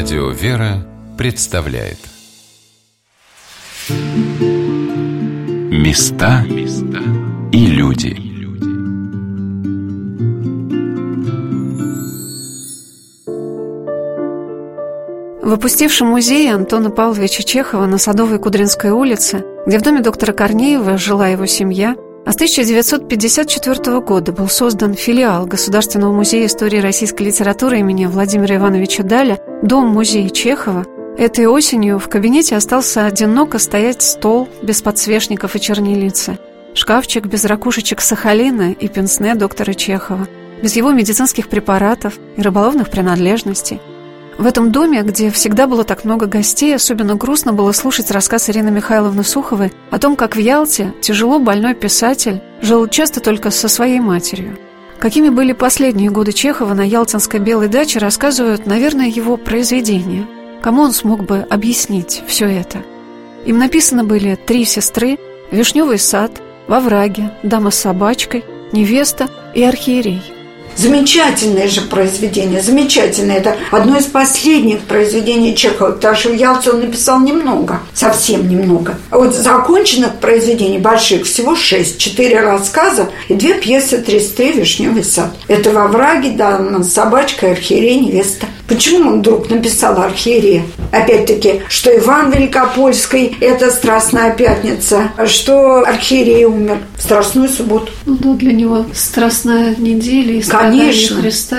Радио «Вера» представляет Места и люди. В опустевшем музее Антона Павловича Чехова на Садовой Кудринской улице, где в доме доктора Корнеева жила его семья, а с 1954 года был создан филиал Государственного музея истории российской литературы имени Владимира Ивановича Даля, дом-музей Чехова. Этой осенью в кабинете остался одиноко стоять стол без подсвечников и чернильницы, шкафчик без ракушечек Сахалина и пенсне доктора Чехова, без его медицинских препаратов и рыболовных принадлежностей. В этом доме, где всегда было так много гостей, особенно грустно было слушать рассказ Ирины Михайловны Суховой о том, как в Ялте тяжело больной писатель жил часто только со своей матерью. Какими были последние годы Чехова на ялтинской белой даче, рассказывают, наверное, его произведения. Кому он смог бы объяснить все это? Им написаны были «Три сестры», «Вишневый сад», «Во враге», «Дама с собачкой», «Невеста» и «Архиерей». Замечательное же произведение, замечательное. Это одно из последних произведений Чехова, потому что в Ялте он написал немного, совсем немного. А вот законченных произведений больших всего 6, 4 рассказа и 2 пьесы «Три сестры», «Вишневый сад». Это «Во враге», «Дама с собачкой», «Архиерей», «Невеста». Почему он вдруг написал «Архиерея»? Опять-таки, что Иван Великопольский – это Страстная Пятница, что архиерей умер в Страстную субботу. Ну, для него Страстная неделя и конечно, Христа.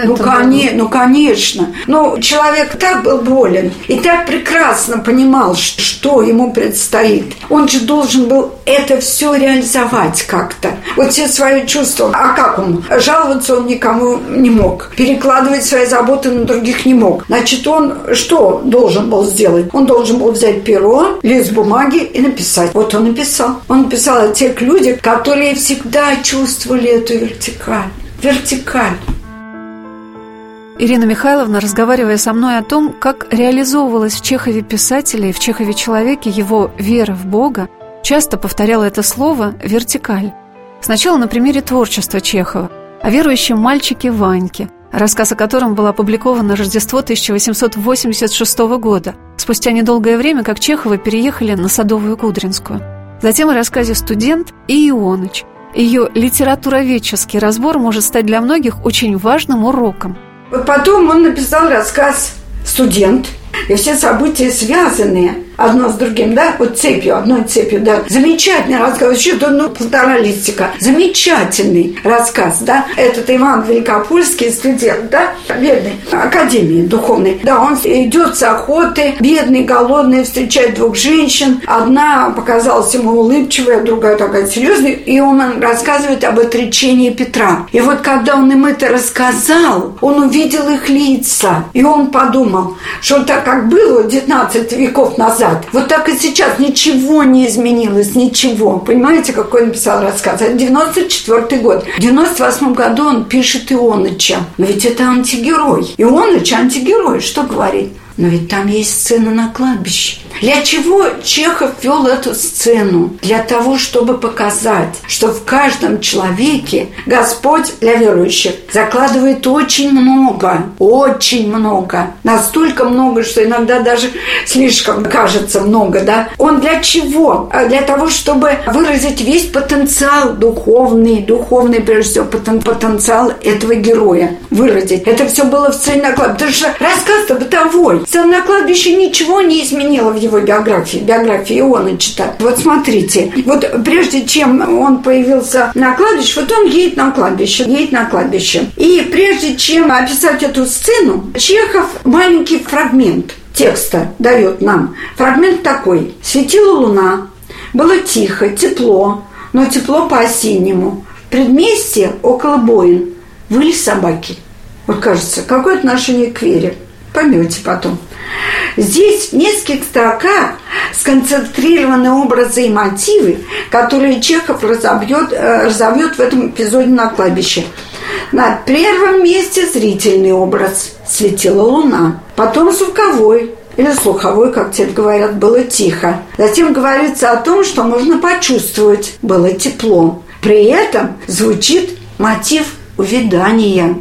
Конечно. Но человек так был болен и так прекрасно понимал, что ему предстоит. Он же должен был это все реализовать как-то. Вот все свои чувства. А как он? Жаловаться он никому не мог. Перекладывать свои заботы на других не мог. Значит, он что должен был сделать? Он должен был взять перо, лист бумаги и написать. Вот он и писал. Он писал о тех людях, которые всегда чувствовали эту вертикаль. Ирина Михайловна, разговаривая со мной о том, как реализовывалась в Чехове писателе и в Чехове человеке его вера в Бога, часто повторяла это слово «вертикаль». Сначала на примере творчества Чехова, о верующем мальчике Ваньке, рассказ о котором был опубликован на Рождество 1886 года, спустя недолгое время, как Чеховы переехали на Садовую Кудринскую. Затем о рассказе «Студент» и «Ионыч». Ее литературоведческий разбор может стать для многих очень важным уроком. Вот потом он написал рассказ «Студент», и все события связанные одно с другим, да, вот одной цепью, да. Замечательный рассказ, еще полтора листика. Замечательный рассказ, да. Этот Иван Великопольский, студент, да, бедный, академии духовной. Да, он идет с охоты, бедный, голодный, встречает 2 женщин. Одна показалась ему улыбчивой, а другая такая серьезная. И он рассказывает об отречении Петра. И вот когда он им это рассказал, он увидел их лица. И он подумал, что так как было 19 веков назад, вот так и сейчас ничего не изменилось, ничего. Понимаете, какой он написал рассказ? Это 94-й год. В 98-м году он пишет «Ионыча». Но ведь это антигерой. Ионыч – антигерой. Что говорит? Но ведь там есть сцена на кладбище. Для чего Чехов вел эту сцену? Для того, чтобы показать, что в каждом человеке Господь для верующих закладывает очень много. Настолько много, что иногда даже слишком кажется много, да? Он для чего? Для того, чтобы выразить весь потенциал духовный, прежде всего, потенциал этого героя. Выразить. Это все было в сцене на кладбище. Потому что рассказ-то бытовой. Сцена на кладбище ничего не изменила в его биографии Ионыча. Вот смотрите, вот прежде чем он появился на кладбище, вот он едет на кладбище. И прежде чем описать эту сцену, Чехов маленький фрагмент текста дает нам. Фрагмент такой. Светила луна, было тихо, тепло, но тепло по-осеннему. В предместье около боин выли собаки. Вот кажется, какое отношение к вере? Поймете потом. Здесь в нескольких строках сконцентрированы образы и мотивы, которые Чехов разовьет в этом эпизоде на кладбище. На первом месте зрительный образ – светила луна. Потом звуковой или слуховой, как теперь говорят, было тихо. Затем говорится о том, что можно почувствовать, было тепло. При этом звучит мотив увядания.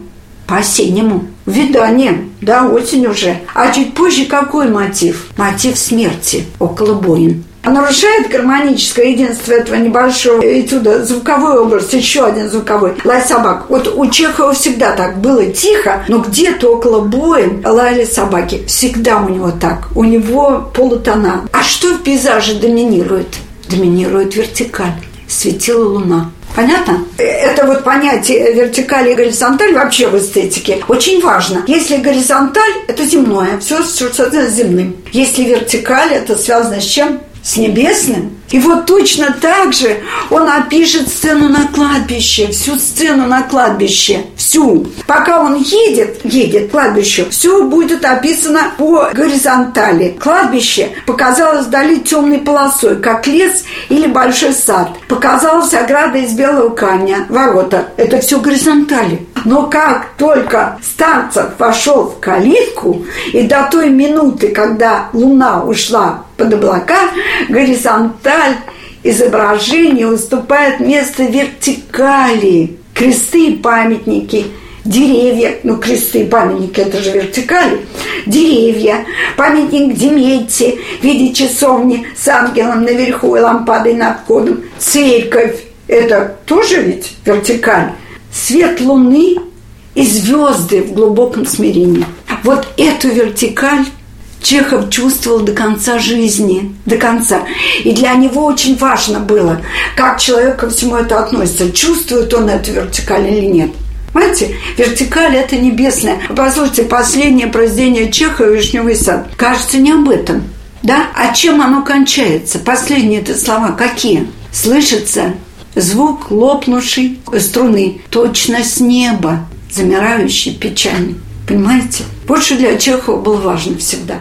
по-осеннему. Видание, да, осень уже. А чуть позже какой мотив? Мотив смерти около боин. Нарушает гармоническое единство этого небольшого этюда звуковой области, еще один звуковой, лай собак. Вот у Чехова всегда так было тихо, но где-то около боин лаяли собаки. Всегда у него так. У него полутона. А что в пейзаже доминирует? Доминирует вертикаль. Светила луна. Понятно? Это вот понятие вертикали и горизонталь вообще в эстетике очень важно. Если горизонталь – это земное, все связано с земным. Если вертикаль – это связано с чем? С небесным. И вот точно так же он опишет сцену на кладбище, всю сцену на кладбище, всю. Пока он едет к кладбищу, все будет описано по горизонтали. Кладбище показалось вдали темной полосой, как лес или большой сад. Показалась ограда из белого камня, ворота. Это все горизонтали. Но как только Старцев вошел в калитку, и до той минуты, когда луна ушла под облака, горизонталь изображения уступает место вертикали. Кресты и памятники, деревья, кресты и памятники – это же вертикали, деревья, памятник Демети в виде часовни с ангелом наверху и лампадой над входом, церковь – это тоже ведь вертикаль, свет луны и звезды в глубоком смирении. Вот эту вертикаль Чехов чувствовал до конца жизни, до конца. И для него очень важно было, как человек ко всему это относится, чувствует он эту вертикаль или нет. Понимаете, вертикаль – это небесное. Послушайте, последнее произведение Чехова «Вишневый сад». Кажется, не об этом, да? А чем оно кончается? Последние-то слова какие? Слышится звук лопнувшей струны, точно с неба, замирающий, печальный. Понимаете? Вот что для Чехова было важно всегда.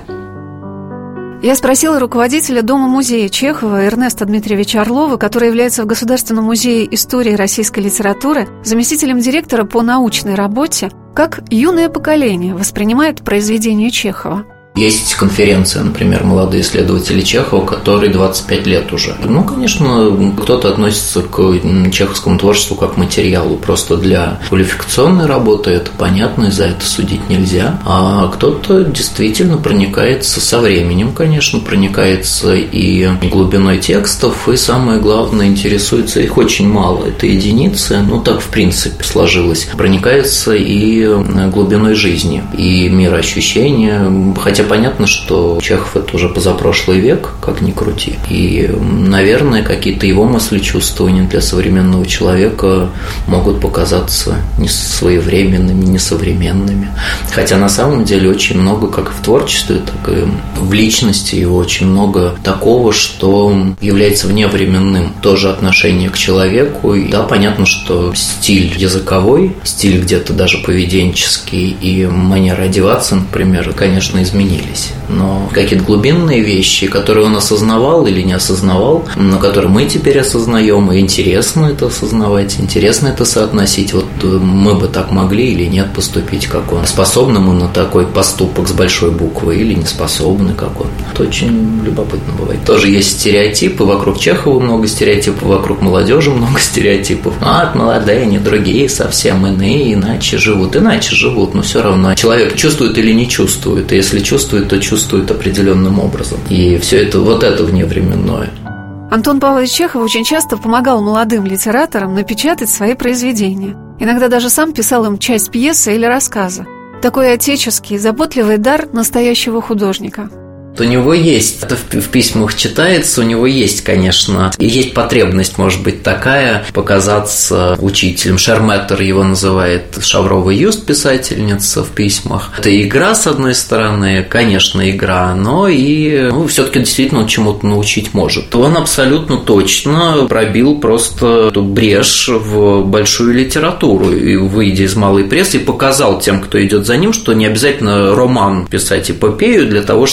Я спросила руководителя Дома-музея Чехова Эрнеста Дмитриевича Орлова, который является в Государственном музее истории российской литературы заместителем директора по научной работе, как юное поколение воспринимает произведения Чехова. Есть конференция, например, «Молодые исследователи Чехова», которой 25 лет уже. Конечно, кто-то относится к чеховскому творчеству как к материалу просто для квалификационной работы, это понятно, и за это судить нельзя. А кто-то действительно проникается со временем, конечно, проникается и глубиной текстов, и самое главное, интересуется, их очень мало, это единицы, так в принципе сложилось, проникается и глубиной жизни, и мироощущения, хотя понятно, что Чехов – это уже позапрошлый век, как ни крути. И, наверное, какие-то его мысли-чувствования для современного человека могут показаться несвоевременными, несовременными. Хотя на самом деле очень много, как в творчестве, так и в личности его, очень много такого, что является вневременным. Тоже отношение к человеку. И, да, понятно, что стиль языковой, стиль где-то даже поведенческий и манера одеваться, например, конечно, изменились. Но какие-то глубинные вещи, которые он осознавал или не осознавал, но которые мы теперь осознаем, и интересно это осознавать, интересно это соотносить. Вот мы бы так могли или нет поступить, как он. Способны мы на такой поступок с большой буквы или не способны, как он. Это очень любопытно бывает. Тоже есть стереотипы. Вокруг Чехова много стереотипов, вокруг молодежи много стереотипов. Молодые, не другие, совсем иные, иначе живут, но все равно человек чувствует или не чувствует. И если чувствует, то чувствует определенным образом. И все это, вот это вневременное. Антон Павлович Чехов очень часто помогал молодым литераторам напечатать свои произведения. Иногда даже сам писал им часть пьесы или рассказа. Такой отеческий, заботливый дар настоящего художника. У него есть, это в письмах читается, у него есть, конечно, и есть потребность, может быть, такая, показаться учителем. Шерметтер его называет, Шаврова Юст, писательница, в письмах. Это игра, с одной стороны, конечно, игра, но и все-таки действительно он чему-то научить может. Он абсолютно точно пробил просто эту брешь в большую литературу, и, выйдя из малой прессы, и показал тем, кто идет за ним, что не обязательно роман писать, эпопею для того, чтобы стать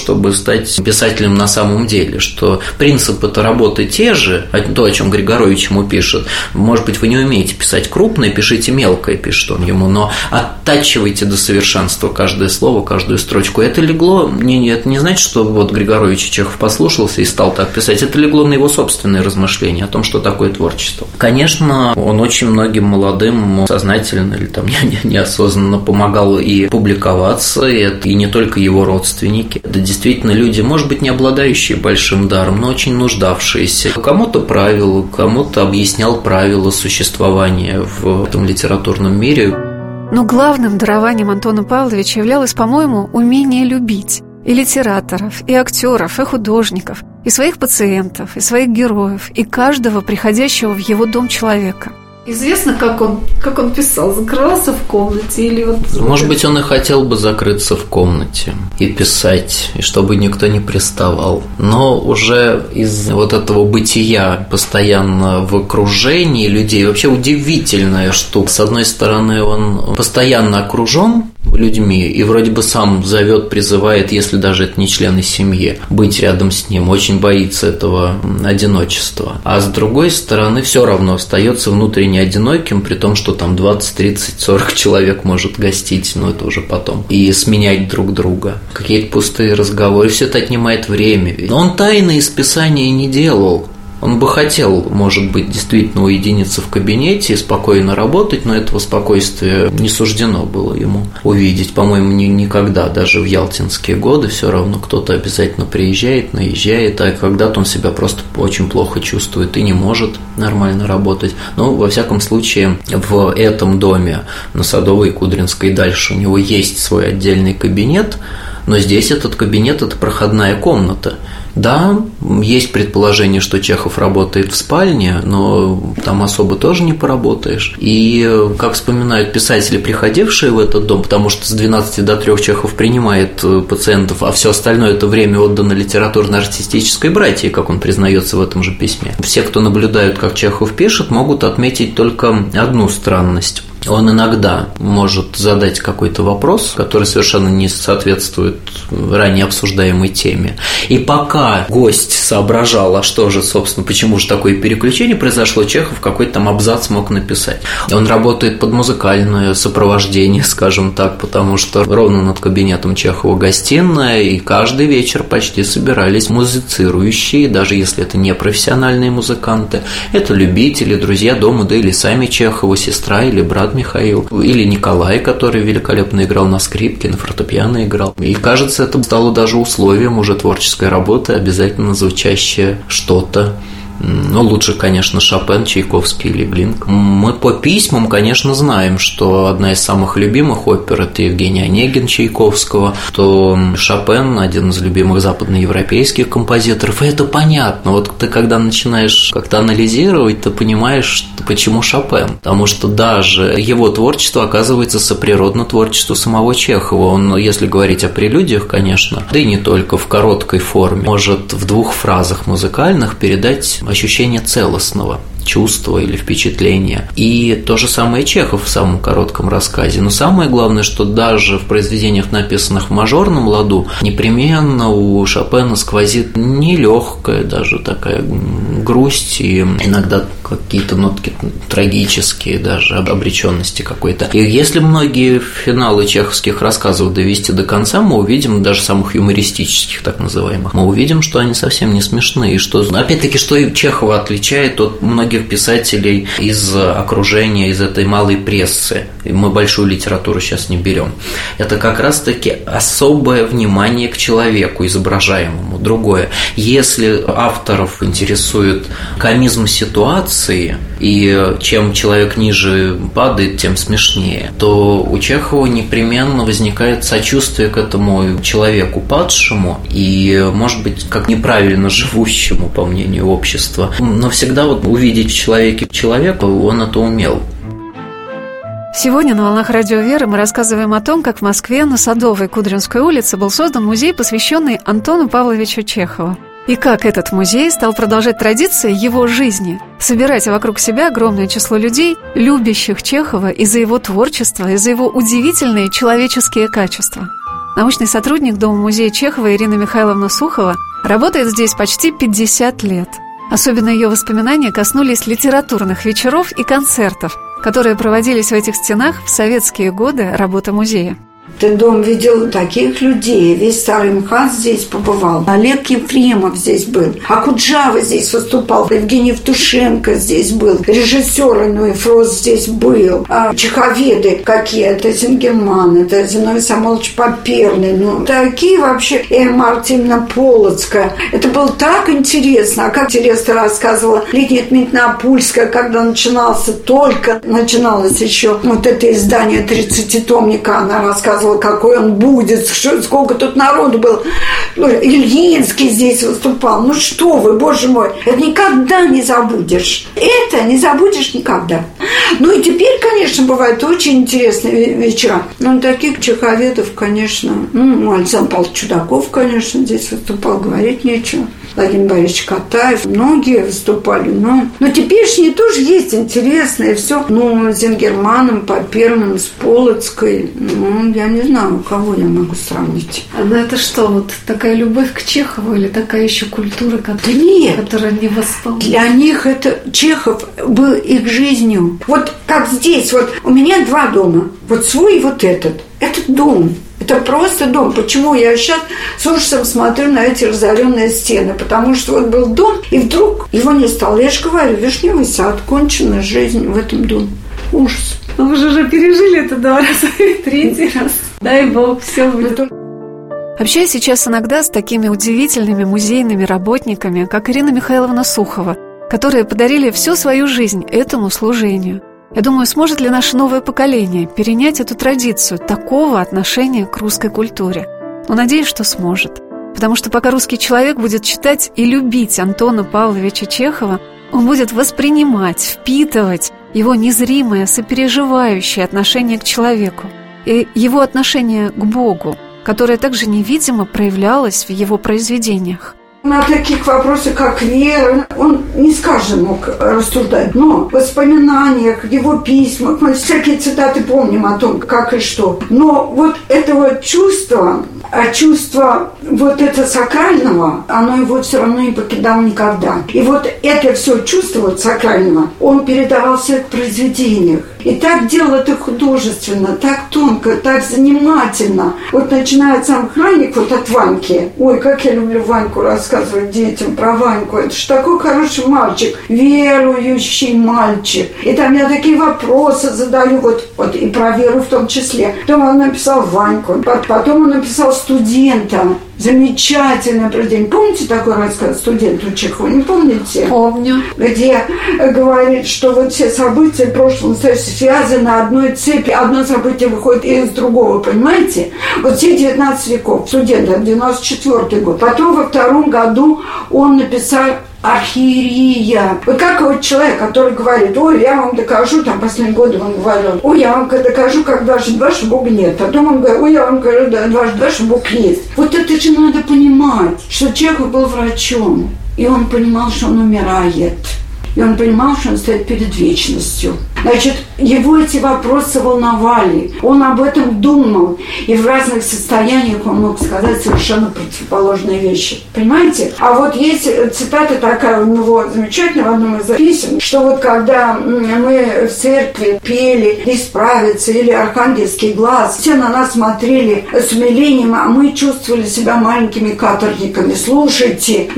стать писателем на самом деле, что принципы-то работы те же, то, о чем Григорович ему пишет. Может быть, вы не умеете писать крупное, пишите мелкое, пишет он ему, но оттачивайте до совершенства каждое слово, каждую строчку. Это легло, это не значит, что вот Григорович Чехов послушался и стал так писать, это легло на его собственные размышления о том, что такое творчество. Конечно, он очень многим молодым сознательно или там неосознанно помогал и публиковаться, и не только его родственники. Это действительно люди, может быть, не обладающие большим даром, но очень нуждавшиеся. Кому-то правил, кому-то объяснял правила существования в этом литературном мире. Но главным дарованием Антона Павловича являлось, по-моему, умение любить и литераторов, и актеров, и художников, и своих пациентов, и своих героев, и каждого приходящего в его дом человека. Известно, как он писал, закрывался в комнате или вот... Может быть, он и хотел бы закрыться в комнате и писать, и чтобы никто не приставал. Но уже из вот этого бытия постоянно в окружении людей, вообще удивительная штука. С одной стороны, он постоянно окружен людьми и вроде бы сам зовет, призывает, если даже это не члены семьи, быть рядом с ним, очень боится этого одиночества. А с другой стороны, все равно остается внутренне одиноким, при том, что там 20, 30, 40 человек может гостить, но это уже потом, и сменять друг друга. Какие-то пустые разговоры, все это отнимает время. Но он тайны из Писания не делал. Он бы хотел, может быть, действительно уединиться в кабинете и спокойно работать, но этого спокойствия не суждено было ему увидеть, по-моему, никогда, даже в ялтинские годы все равно кто-то обязательно приезжает, наезжает, а когда-то он себя просто очень плохо чувствует и не может нормально работать. Но, во всяком случае, в этом доме на Садовой, Кудринской и дальше у него есть свой отдельный кабинет, но здесь этот кабинет – это проходная комната. Да, есть предположение, что Чехов работает в спальне, но там особо тоже не поработаешь. И, как вспоминают писатели, приходившие в этот дом, потому что с 12 до 3 Чехов принимает пациентов, а все остальное это время отдано литературно-артистической братье, как он признается в этом же письме. Все, кто наблюдают, как Чехов пишет, могут отметить только одну странность. Он иногда может задать какой-то вопрос, который совершенно не соответствует ранее обсуждаемой теме. И пока гость соображал, а что же, собственно, почему же такое переключение произошло, Чехов какой-то там абзац мог написать. Он работает под музыкальное сопровождение, скажем так, потому что ровно над кабинетом Чехова гостиная, и каждый вечер почти собирались музицирующие, даже если это не профессиональные музыканты, это любители, друзья дома, да или сами Чехова, сестра или брат Михаил, или Николай, который великолепно играл на скрипке, на фортепиано играл. И, кажется, это стало даже условием уже творческой работы, обязательно звучащее что-то. Ну, лучше, конечно, Шопен, Чайковский или Глинк. Мы по письмам, конечно, знаем, что одна из самых любимых опер – это Евгений Онегин Чайковского, то Шопен – один из любимых западноевропейских композиторов, и это понятно. Вот ты, когда начинаешь как-то анализировать, ты понимаешь, почему Шопен. Потому что даже его творчество оказывается соприродно творчеству самого Чехова. Он, если говорить о прелюдиях, конечно, да и не только, в короткой форме, может в 2 фразах музыкальных передать ощущение целостного чувства или впечатления. И то же самое Чехов в самом коротком рассказе. Но самое главное, что даже в произведениях, написанных в мажорном ладу, непременно у Шопена сквозит нелегкая даже такая грусть и иногда какие-то нотки трагические, даже обреченности какой-то. И если многие финалы чеховских рассказов довести до конца, мы увидим, даже самых юмористических так называемых, мы увидим, что они совсем не смешные. И что, опять-таки, что и Чехова отличает от многих писателей из окружения, из этой малой прессы. И мы большую литературу сейчас не берем. Это как раз-таки особое внимание к человеку, изображаемому. Другое. Если авторов интересует комизм ситуации, и чем человек ниже падает, тем смешнее, то у Чехова непременно возникает сочувствие к этому человеку падшему и, может быть, как неправильно живущему, по мнению общества. Но всегда вот увидеть в человеке человека, он это умел. Сегодня на «Волнах Радио Веры» мы рассказываем о том, как в Москве на Садовой Кудринской улице был создан музей, посвященный Антону Павловичу Чехову. И как этот музей стал продолжать традиции его жизни – собирать вокруг себя огромное число людей, любящих Чехова из-за его творчества, из-за его удивительные человеческие качества. научный сотрудник Дома-музея Чехова Ирина Михайловна Сухова, работает здесь почти 50 лет. Особенно ее воспоминания коснулись литературных вечеров и концертов, которые проводились в этих стенах в советские годы работы музея. Этот дом видел таких людей. Весь старый МХАТ здесь побывал. Олег Ефремов здесь был. Акуджава здесь выступал. Евгений Евтушенко здесь был. Режиссер Иной Фрост здесь был. Чеховеды какие. Это Зингерман, это Зиновий Самойлович Поперный. Такие вообще. И Мартина Полоцкая. Это было так интересно. А как интересно рассказывала Лидия Дмитриевна Апульская, когда только начиналось еще вот это издание 30-томника. Она рассказывала, какой он будет, сколько тут народу было. Ильинский здесь выступал. Ну что вы, боже мой, это никогда не забудешь. Это не забудешь никогда. Ну и теперь, конечно, бывают очень интересные вечера. Ну, таких чеховедов, конечно. Александр Павлович Чудаков, конечно, здесь выступал, говорить нечего. Владимир Борисович Катаев, многие выступали. Но теперешние тоже есть интересные, все. С Зингерманом, Поперным, с Полоцкой. Я не знаю, кого я могу сравнить. Это что, вот такая любовь к Чехову или такая еще культура, которая не восполняет? Для них это Чехов был их жизнью. Вот как здесь, вот у меня 2 дома. Вот свой и вот этот. Это дом. Это просто дом. Почему я сейчас с ужасом смотрю на эти разоренные стены? Потому что вот был дом, и вдруг его не стало. Я же говорю, Вишневый сад, кончена жизнь в этом доме. Ужас. Вы же уже пережили это 2 раза и 3 раз. Дай Бог, все будет. Общаюсь сейчас иногда с такими удивительными музейными работниками, как Ирина Михайловна Сухова, которые подарили всю свою жизнь этому служению. Я думаю, сможет ли наше новое поколение перенять эту традицию такого отношения к русской культуре? Но надеюсь, что сможет. Потому что пока русский человек будет читать и любить Антона Павловича Чехова, он будет воспринимать, впитывать его незримое, сопереживающее отношение к человеку и его отношение к Богу, которое также невидимо проявлялось в его произведениях. На таких вопросах, как вера, он не скажем мог рассуждать, но в воспоминаниях, в его письмах, мы всякие цитаты помним о том, как и что. Но вот этого чувства, чувство вот это сакрального, оно его все равно не покидало никогда. И вот это все чувство вот сакрального, он передавал в своих произведениях. И так делал это художественно, так тонко, так занимательно. Вот начиная сам охранник вот от Ваньки. Ой, как я люблю Ваньку рассказывать детям про Ваньку. Это же такой хороший мальчик, верующий мальчик. И там я такие вопросы задаю, вот и про веру в том числе. Потом он написал Ваньку, потом он написал студента. Замечательное произведение. Помните такой рассказ «Студенту Чехова»? Не помните? Помню. Где говорит, что вот все события прошлого связаны на одной цепи. Одно событие выходит из другого, понимаете? Вот все 19 веков. Студент, 94 год. Потом во 2 году он написал архиерея. Вот как вот человек, который говорит: ой, я вам докажу, там последние годы он говорил: ой, я вам докажу, как 2 × 2, что Бога нет. Потом он говорит: ой, я вам говорю, 2 × 2, что Бог есть. Вот это же надо понимать, что Чехов был врачом, и он понимал, что он умирает. И он понимал, что он стоит перед вечностью. Значит, его эти вопросы волновали. Он об этом думал. И в разных состояниях он мог сказать совершенно противоположные вещи. Понимаете? А вот есть цитата такая у него замечательная в одном из писем, что вот когда мы в церкви пели «Исправиться» или «Архангельский глаз», все на нас смотрели с умилением, а мы чувствовали себя маленькими каторжниками. Слушайте,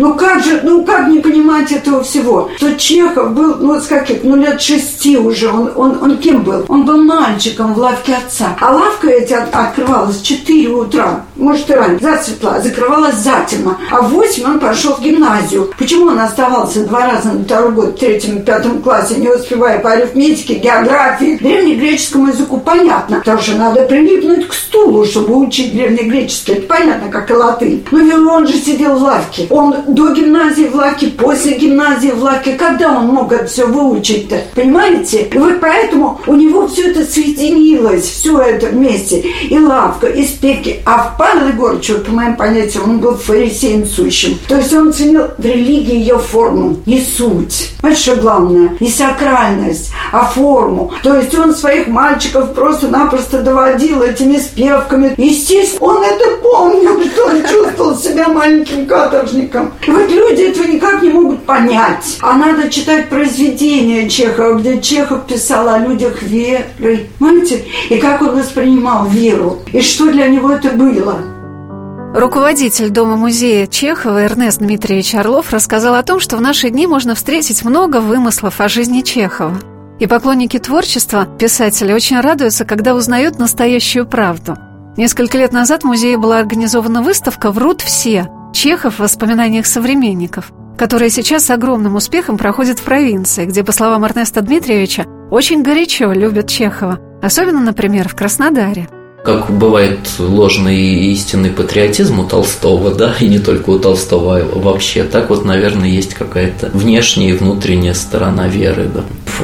как не понимать этого всего? Что Чехов был, с каких, лет 6 уже. Он кем был? Он был мальчиком в лавке отца. А лавка эта открывалась в 4 утра. Может, и раньше. Засветла. Закрывалась затемно. А в 8 он пошел в гимназию. Почему он оставался 2 раза на 2-й год, в 3-м и 5-м классе, не успевая по арифметике, географии, древнегреческому языку? Понятно. Потому что надо прилипнуть к стулу, чтобы учить древнегреческий. Это понятно, как и латынь. Но он же сидел в лавке. Он до гимназии в лавке, после гимназии в лавке. Когда он мог это все выучить-то? Понимаете? И И вот поэтому у него все это соединилось, все это вместе. И лавка, и спеки. А в Павел Егорович, вот, по моим понятиям, он был фарисеем сущим. То есть он ценил в религии ее форму, не суть. Вот что главное. Не сакральность, а форму. То есть он своих мальчиков просто-напросто доводил этими спевками. Естественно, он это помнил, что он чувствовал себя маленьким каторжником. И вот люди этого никак не могут понять. А надо читать произведения Чехова, где Чехов писал о людях веры. Понимаете? И как он воспринимал веру. И что для него это было. Руководитель Дома-музея Чехова Эрнест Дмитриевич Орлов рассказал о том, что в наши дни можно встретить много вымыслов о жизни Чехова. И поклонники творчества писателя очень радуются, когда узнают настоящую правду. Несколько лет назад в музее была организована выставка «Врут все. Чехов в воспоминаниях современников», которая сейчас с огромным успехом проходит в провинции, где, по словам Эрнеста Дмитриевича, очень горячо любят Чехова, особенно, например, в Краснодаре. Как бывает ложный и истинный патриотизм у Толстого, да, и не только у Толстого, а вообще, так вот, наверное, есть какая-то внешняя и внутренняя сторона веры, да.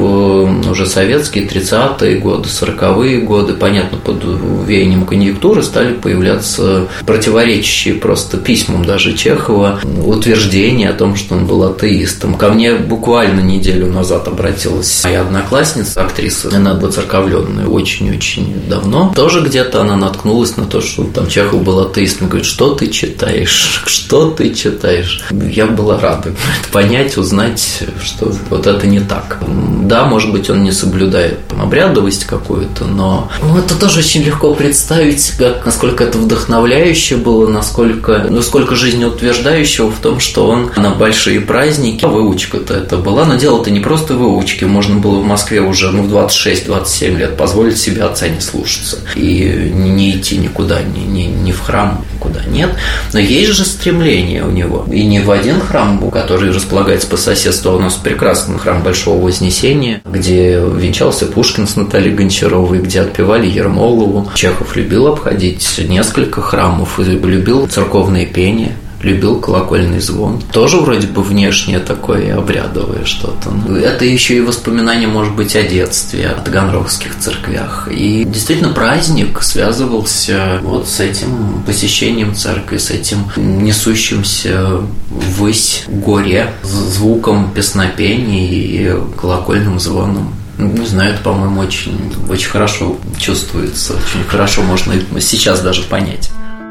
В уже советские 30-е годы, 40-е годы, понятно, под веянием конъюнктуры стали появляться противоречащие просто письмам даже Чехова утверждения о том, что он был атеистом. Ко мне буквально неделю назад обратилась моя одноклассница, актриса, она воцерковленная очень-очень давно, тоже где-то она наткнулась на то, что там Чехов был атеистом, говорит, что ты читаешь, что ты читаешь. Я была рада это понять, узнать, что вот это не так. Да, может быть, он не соблюдает обрядовость какую-то, но это тоже очень легко представить, насколько это вдохновляюще было, насколько жизнеутверждающего в том, что он на большие праздники, выучка-то это была, но дело-то не просто выучки, можно было в Москве уже в 26-27 лет позволить себе отца не слушаться и не идти никуда, ни в храм, никуда нет. Но есть же стремление у него. И не в один храм, который располагается по соседству, а у нас прекрасный храм Большого Вознесения, где венчался Пушкин с Натальей Гончаровой, где отпевали Ермолову. Чехов любил обходить несколько храмов и любил церковное пение. Любил колокольный звон. Тоже вроде бы внешнее такое обрядовое что-то. Это еще и воспоминания, может быть, о детстве, о таганрогских церквях. И действительно праздник связывался вот с этим посещением церкви, с этим несущимся ввысь горе, звуком песнопений и колокольным звоном. Не знаю, это, по-моему, очень хорошо чувствуется, очень хорошо можно сейчас даже понять.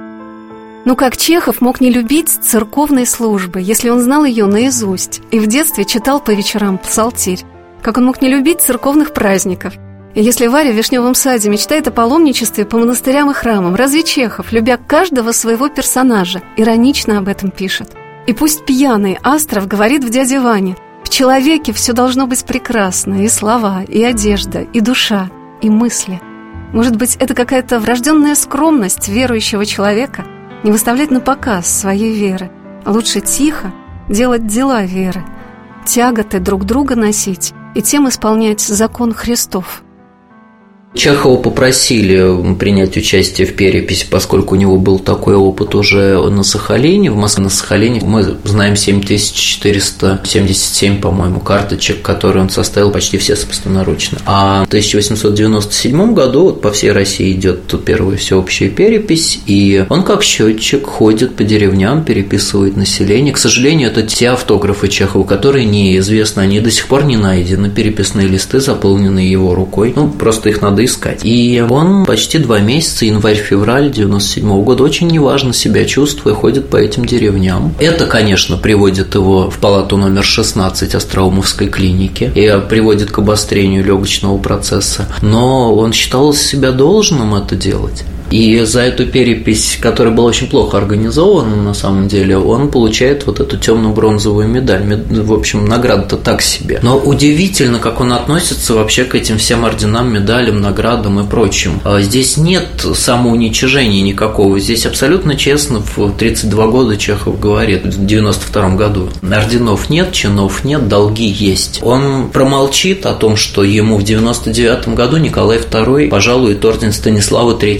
Ну как Чехов мог не любить церковной службы, если он знал ее наизусть и в детстве читал по вечерам псалтирь? Как он мог не любить церковных праздников? И если Варя в Вишневом саде мечтает о паломничестве по монастырям и храмам, разве Чехов, любя каждого своего персонажа, иронично об этом пишет? И пусть пьяный Астров говорит в «Дяде Ване», в человеке все должно быть прекрасно, и слова, и одежда, и душа, и мысли. Может быть, это какая-то врожденная скромность верующего человека – не выставлять на показ своей веры, а лучше тихо делать дела веры, тяготы друг друга носить и тем исполнять закон Христов. Чехова попросили принять участие в переписи, поскольку у него был такой опыт уже на Сахалине. В Москве на Сахалине мы знаем 7477, по-моему, карточек, которые он составил почти все собственноручно. А в 1897 году по всей России идет первая всеобщая перепись, и он как счетчик ходит по деревням, переписывает население. К сожалению, это те автографы Чехова, которые неизвестны, они до сих пор не найдены, переписные листы, заполненные его рукой. Просто их надо искать. И он почти 2 месяца, январь-февраль 97 года, очень неважно себя чувствуя, ходит по этим деревням. Это, конечно, приводит его в палату номер 16 Остроумовской клиники и приводит к обострению легочного процесса. Но он считал себя должным это делать. И за эту перепись, которая была очень плохо организована, на самом деле, он получает вот эту темно-бронзовую медаль. В общем, награда-то так себе. Но удивительно, как он относится вообще к этим всем орденам, медалям, наградам и прочим. Здесь нет самоуничижения никакого. Здесь абсолютно честно в 32 года Чехов говорит, в 92 году. Орденов нет, чинов нет, долги есть. Он промолчит о том, что ему в 99 году Николай II пожалует орден Станислава III степени.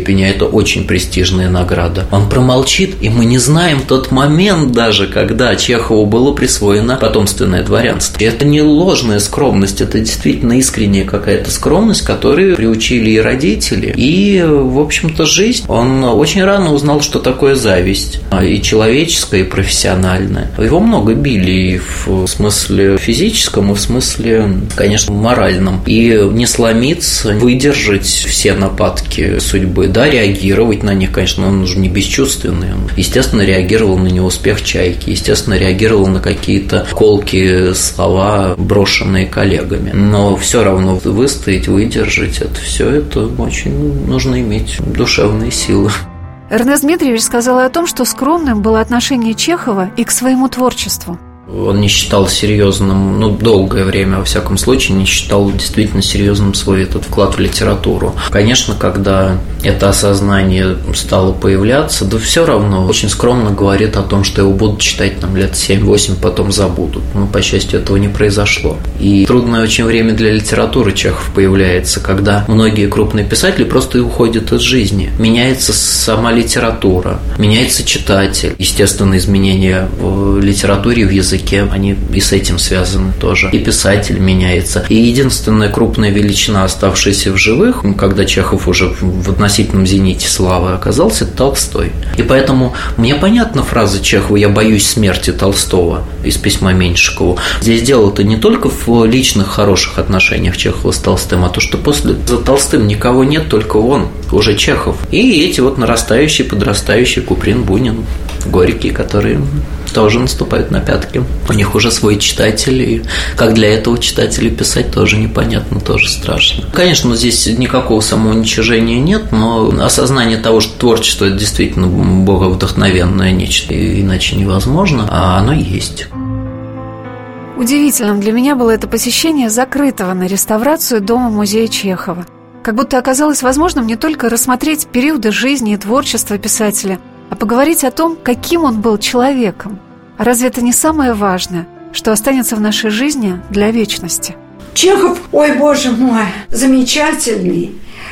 степени, а это очень престижная награда. Он промолчит, и мы не знаем тот момент даже, когда Чехову было присвоено потомственное дворянство. И это не ложная скромность, это действительно искренняя какая-то скромность, которую приучили и родители, и, в общем-то, жизнь. Он очень рано узнал, что такое зависть, и человеческая, и профессиональная. Его много били и в смысле физическом, и в смысле, конечно, моральном. И не сломиться, выдержать все нападки судьбы, да, реагировать на них, конечно, он уже не бесчувственный. Он, естественно, реагировал на неуспех «Чайки», естественно, реагировал на какие-то колкие слова, брошенные коллегами. Но все равно выстоять, выдержать это очень нужно иметь душевные силы. Эрнест Дмитриевич сказал о том, что скромным было отношение Чехова и к своему творчеству. Он не считал серьезным, долгое время, во всяком случае, не считал действительно серьезным свой этот вклад в литературу. Конечно, когда это осознание стало появляться, да все равно очень скромно говорит о том, что его будут читать лет 7-8, потом забудут. Но, по счастью, этого не произошло. И трудное очень время для литературы Чехов появляется, когда многие крупные писатели просто уходят из жизни. Меняется сама литература, меняется читатель. Естественно, изменения в литературе, в языке, они и с этим связаны тоже. И писатель меняется. И единственная крупная величина, оставшаяся в живых, когда Чехов уже в относительном зените славы оказался, это Толстой. И поэтому мне понятна фраза Чехова «Я боюсь смерти Толстого» из письма Меньшикову. Здесь дело-то не только в личных хороших отношениях Чехова с Толстым, а то, что после за Толстым никого нет, только он, уже Чехов. И эти нарастающие, подрастающие Куприн, Бунин, Горький, которые тоже наступают на пятки. У них уже свой читатель, и как для этого читателя писать, тоже непонятно, тоже страшно. Конечно, здесь никакого самоуничижения нет, но осознание того, что творчество – это действительно боговдохновенное нечто, иначе невозможно, а оно есть. Удивительным для меня было это посещение закрытого на реставрацию дома-музея Чехова. Как будто оказалось возможным не только рассмотреть периоды жизни и творчества писателя, а поговорить о том, каким он был человеком. А разве это не самое важное, что останется в нашей жизни для вечности? Чехов, ой, боже мой, замечательный,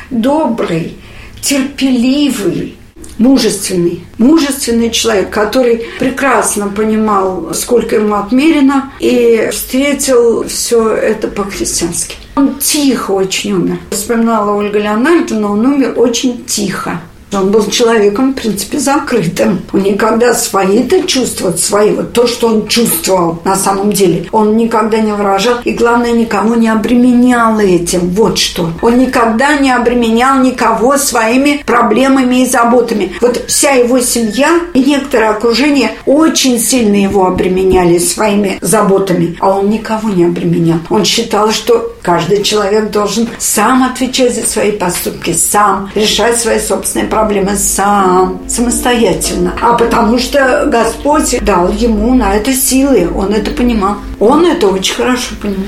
добрый, терпеливый, мужественный человек, который прекрасно понимал, сколько ему отмерено, и встретил все это по-христиански. Он тихо очень умер. Вспоминала Ольга Леонардовна, он умер очень тихо. Он был человеком, в принципе, закрытым. Он никогда свои-то чувства, то, что он чувствовал на самом деле, он никогда не выражал. И, главное, никого не обременял этим. Вот что. Он никогда не обременял никого своими проблемами и заботами. Вот вся его семья и некоторое окружение очень сильно его обременяли своими заботами. А он никого не обременял. Он считал, что каждый человек должен сам отвечать за свои поступки, сам решать свои собственные проблемы самостоятельно. А потому что Господь дал ему на это силы. Он это понимал. Он это очень хорошо понимал.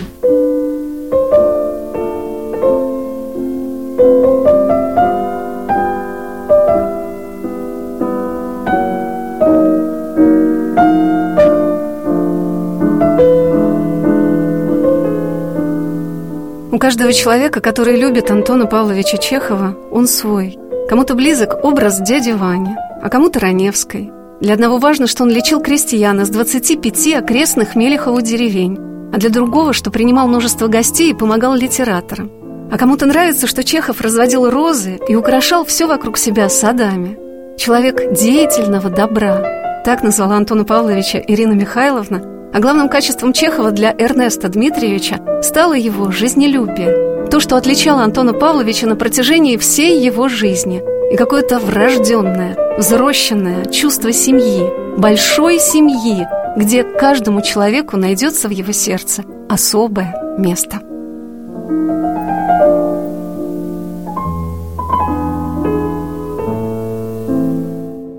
У каждого человека, который любит Антона Павловича Чехова, он свой. Кому-то близок образ дяди Вани, а кому-то Раневской. Для одного важно, что он лечил крестьян из 25 окрестных Мелехову деревень, а для другого, что принимал множество гостей и помогал литераторам. А кому-то нравится, что Чехов разводил розы и украшал все вокруг себя садами. Человек деятельного добра. Так назвала Антона Павловича Ирина Михайловна, а главным качеством Чехова для Эрнеста Дмитриевича стало его жизнелюбие. То, что отличало Антона Павловича на протяжении всей его жизни, и какое-то врожденное, взросшенное чувство семьи, большой семьи, где каждому человеку найдется в его сердце особое место.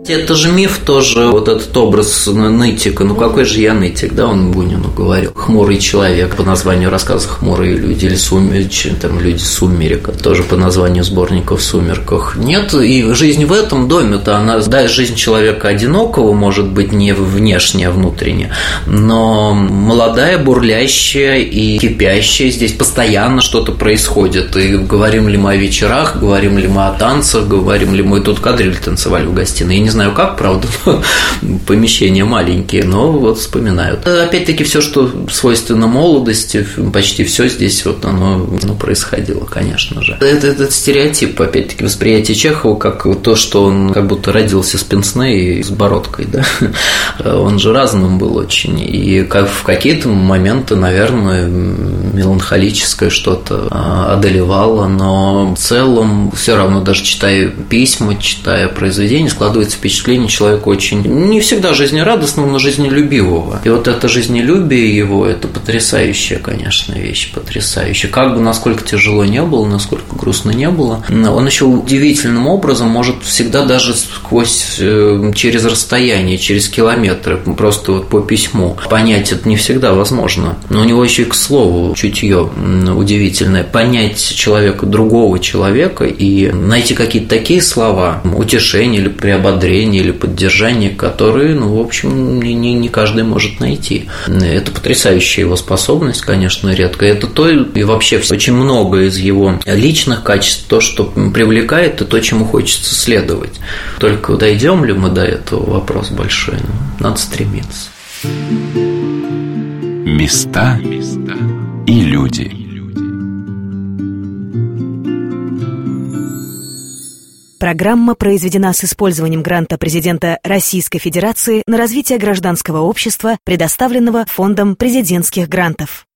Это же миф тоже, вот этот образ нытика. Ну какой же я нытик, да, он Бунину говорил. Хмурый человек, по названию рассказа «Хмурые люди» или там «Люди сумерек», тоже по названию сборника «В сумерках». Нет, и жизнь в этом доме-то, она, да, жизнь человека одинокого, может быть, не внешне, а внутренне, но молодая, бурлящая и кипящая, здесь постоянно что-то происходит. И говорим ли мы о вечерах, говорим ли мы о танцах, говорим ли мы, тут кадриль танцевали в гостиной. Я не знаю как, правда, помещения маленькие, но вот вспоминают. Опять-таки, все, что свойственно молодости, почти все здесь вот оно происходило, конечно же. Этот стереотип, опять-таки, восприятие Чехова как то, что он как будто родился с пенсне и с бородкой, да. Он же разным был очень, и как в какие-то моменты, наверное, меланхолическое что-то одолевало, но в целом все равно, даже читая письма, читая произведения, складывается впечатление человека очень, не всегда жизнерадостного, но жизнелюбивого. И вот это жизнелюбие его, это потрясающая, конечно, вещь, потрясающая. Как бы, насколько тяжело не было, насколько грустно не было, он еще удивительным образом может всегда даже через расстояние, через километры, просто вот по письму понять это не всегда возможно. Но у него еще и к слову чутье удивительное. Понять человека, другого человека и найти какие-то такие слова, утешение или приободрение или поддержание, которые, в общем, не каждый может найти. Это потрясающая его способность, конечно, редко. Это то, и вообще очень много из его личных качеств, то, что привлекает, и то, чему хочется следовать. Только дойдем ли мы до этого, вопрос большой. Надо стремиться. Места и люди. Программа произведена с использованием гранта президента Российской Федерации на развитие гражданского общества, предоставленного Фондом президентских грантов.